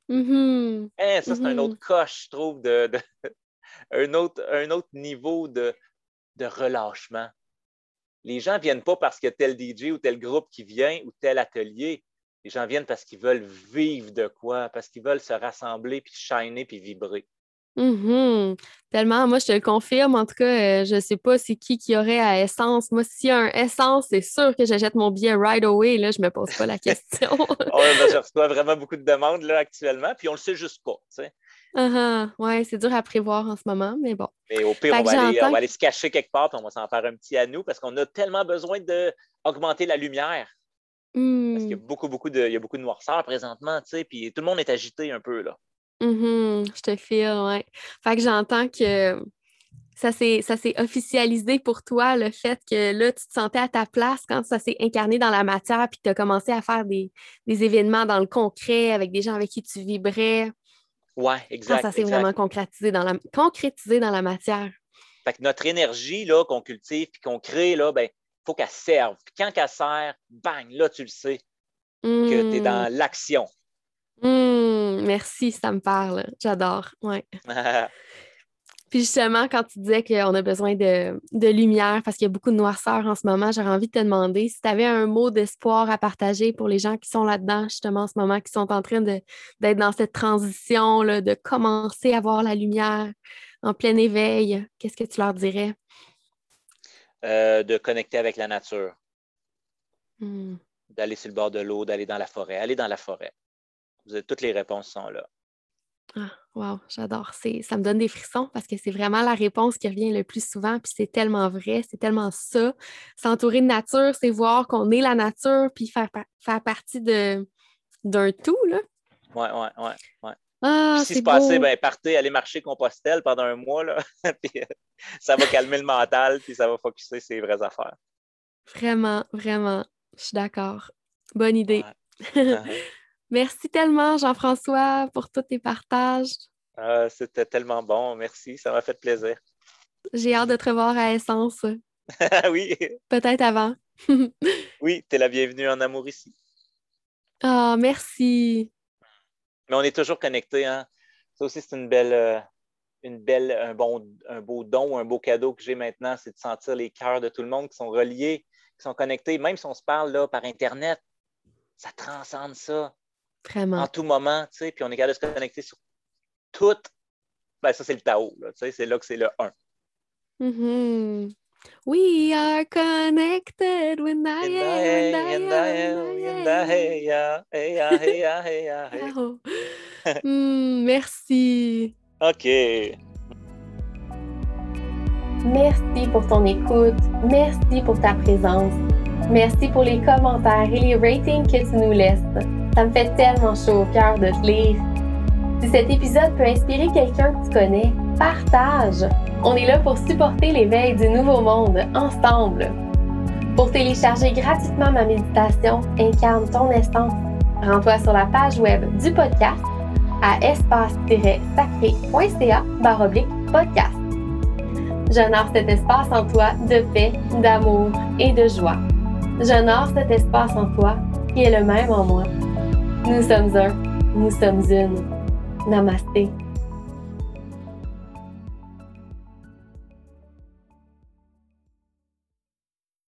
S2: Mhm.
S3: Hein, ça, c'est un
S2: Mhm.
S3: autre coche, je trouve, un autre niveau de relâchement. Les gens ne viennent pas parce qu'il y a tel DJ ou tel groupe qui vient ou tel atelier. Les gens viennent parce qu'ils veulent vivre de quoi, parce qu'ils veulent se rassembler, puis shiner, puis vibrer.
S2: Mhm. Tellement, moi je te le confirme, en tout cas, je sais pas c'est qui aurait à Essence. Moi, s'il y a un Essence, c'est sûr que j'achète mon billet right away, là, je me pose pas la question.
S3: Ouais, ben, je reçois vraiment beaucoup de demandes là, actuellement, puis on le sait juste pas. T'sais.
S2: Ouais, c'est dur à prévoir en ce moment, mais bon.
S3: Mais au pire,
S2: Fait que
S3: on
S2: j'entends.
S3: va aller se cacher quelque part, puis on va s'en faire un petit à nous, parce qu'on a tellement besoin d'augmenter la lumière. Parce qu'il y a
S2: Hmm.
S3: il y a beaucoup de noirceur présentement, puis tout le monde est agité un peu, là.
S2: Je te file, ouais. Fait que j'entends que ça s'est officialisé pour toi, le fait que là, tu te sentais à ta place quand ça s'est incarné dans la matière, puis que tu as commencé à faire des événements dans le concret avec des gens avec qui tu vibrais,
S3: Ouais,
S2: quand
S3: exact,
S2: ça s'est
S3: exact.
S2: vraiment concrétisé dans la matière.
S3: Fait que notre énergie là, qu'on cultive puis qu'on crée, là, ben, faut qu'elle serve. Puis quand qu'elle sert, bang, là, tu le sais que tu es
S2: Hum,
S3: dans l'action.
S2: merci, ça me parle. J'adore. Ouais. Puis justement, quand tu disais qu'on a besoin de lumière parce qu'il y a beaucoup de noirceur en ce moment, j'aurais envie de te demander si tu avais un mot d'espoir à partager pour les gens qui sont là-dedans, justement, en ce moment, qui sont en train d'être dans cette transition, là, de commencer à voir la lumière en plein éveil. Qu'est-ce que tu leur dirais?
S3: De connecter avec la nature,
S2: Hmm.
S3: d'aller sur le bord de l'eau, d'aller dans la forêt. Aller dans la forêt. Toutes les réponses sont là.
S2: Ah, wow, j'adore. Ça me donne des frissons parce que c'est vraiment la réponse qui revient le plus souvent, puis c'est tellement vrai, c'est tellement ça. S'entourer de nature, c'est voir qu'on est la nature, puis faire partie d'un tout, là.
S3: Ouais, ouais, ouais, ouais. Puis
S2: Ah,
S3: si
S2: c'est
S3: se passait,
S2: beau.
S3: ben, partez, aller marcher Compostelle pendant un mois, là. Puis, ça va calmer le mental, puis ça va focusser sur les vraies affaires.
S2: Vraiment, vraiment. Je suis d'accord. Bonne idée.
S3: Ouais.
S2: Merci tellement, Jean-François, pour tous tes partages.
S3: C'était tellement bon. Merci, ça m'a fait plaisir.
S2: J'ai hâte de te revoir à Essence,
S3: Oui,
S2: peut-être avant.
S3: oui, t'es la bienvenue en amour ici.
S2: Ah, merci.
S3: Mais on est toujours connectés, hein. Ça aussi, c'est un beau don, un beau cadeau que j'ai maintenant, c'est de sentir les cœurs de tout le monde qui sont reliés, qui sont connectés. Même si on se parle là, par Internet, ça transcende ça en
S2: Vraiment.
S3: tout moment, tu sais, puis on est capable de se connecter sur tout. Ben, ça, c'est le Tao, là, tu sais, c'est là que c'est le un.
S2: Mhm. We are connected when I
S3: In the
S2: am, when
S3: hey,
S2: I
S3: in the
S2: am, when I
S3: hey, in the hey, ya, hey, ya, hey, ya, hey, ya, hey.
S2: am. Merci.
S3: OK.
S1: Merci pour ton écoute. Merci pour ta présence. Merci pour les commentaires et les ratings que tu nous laisses. Ça me fait tellement chaud au cœur de te lire. Si cet épisode peut inspirer quelqu'un que tu connais, partage! On est là pour supporter l'éveil du nouveau monde, ensemble! Pour télécharger gratuitement ma méditation Incarne ton essence, rends-toi sur la page web du podcast à espace-sacré.ca/podcast. J'honore cet espace en toi de paix, d'amour et de joie. J'honore cet espace en toi qui est le même en moi. Nous sommes un, nous sommes une. Namasté.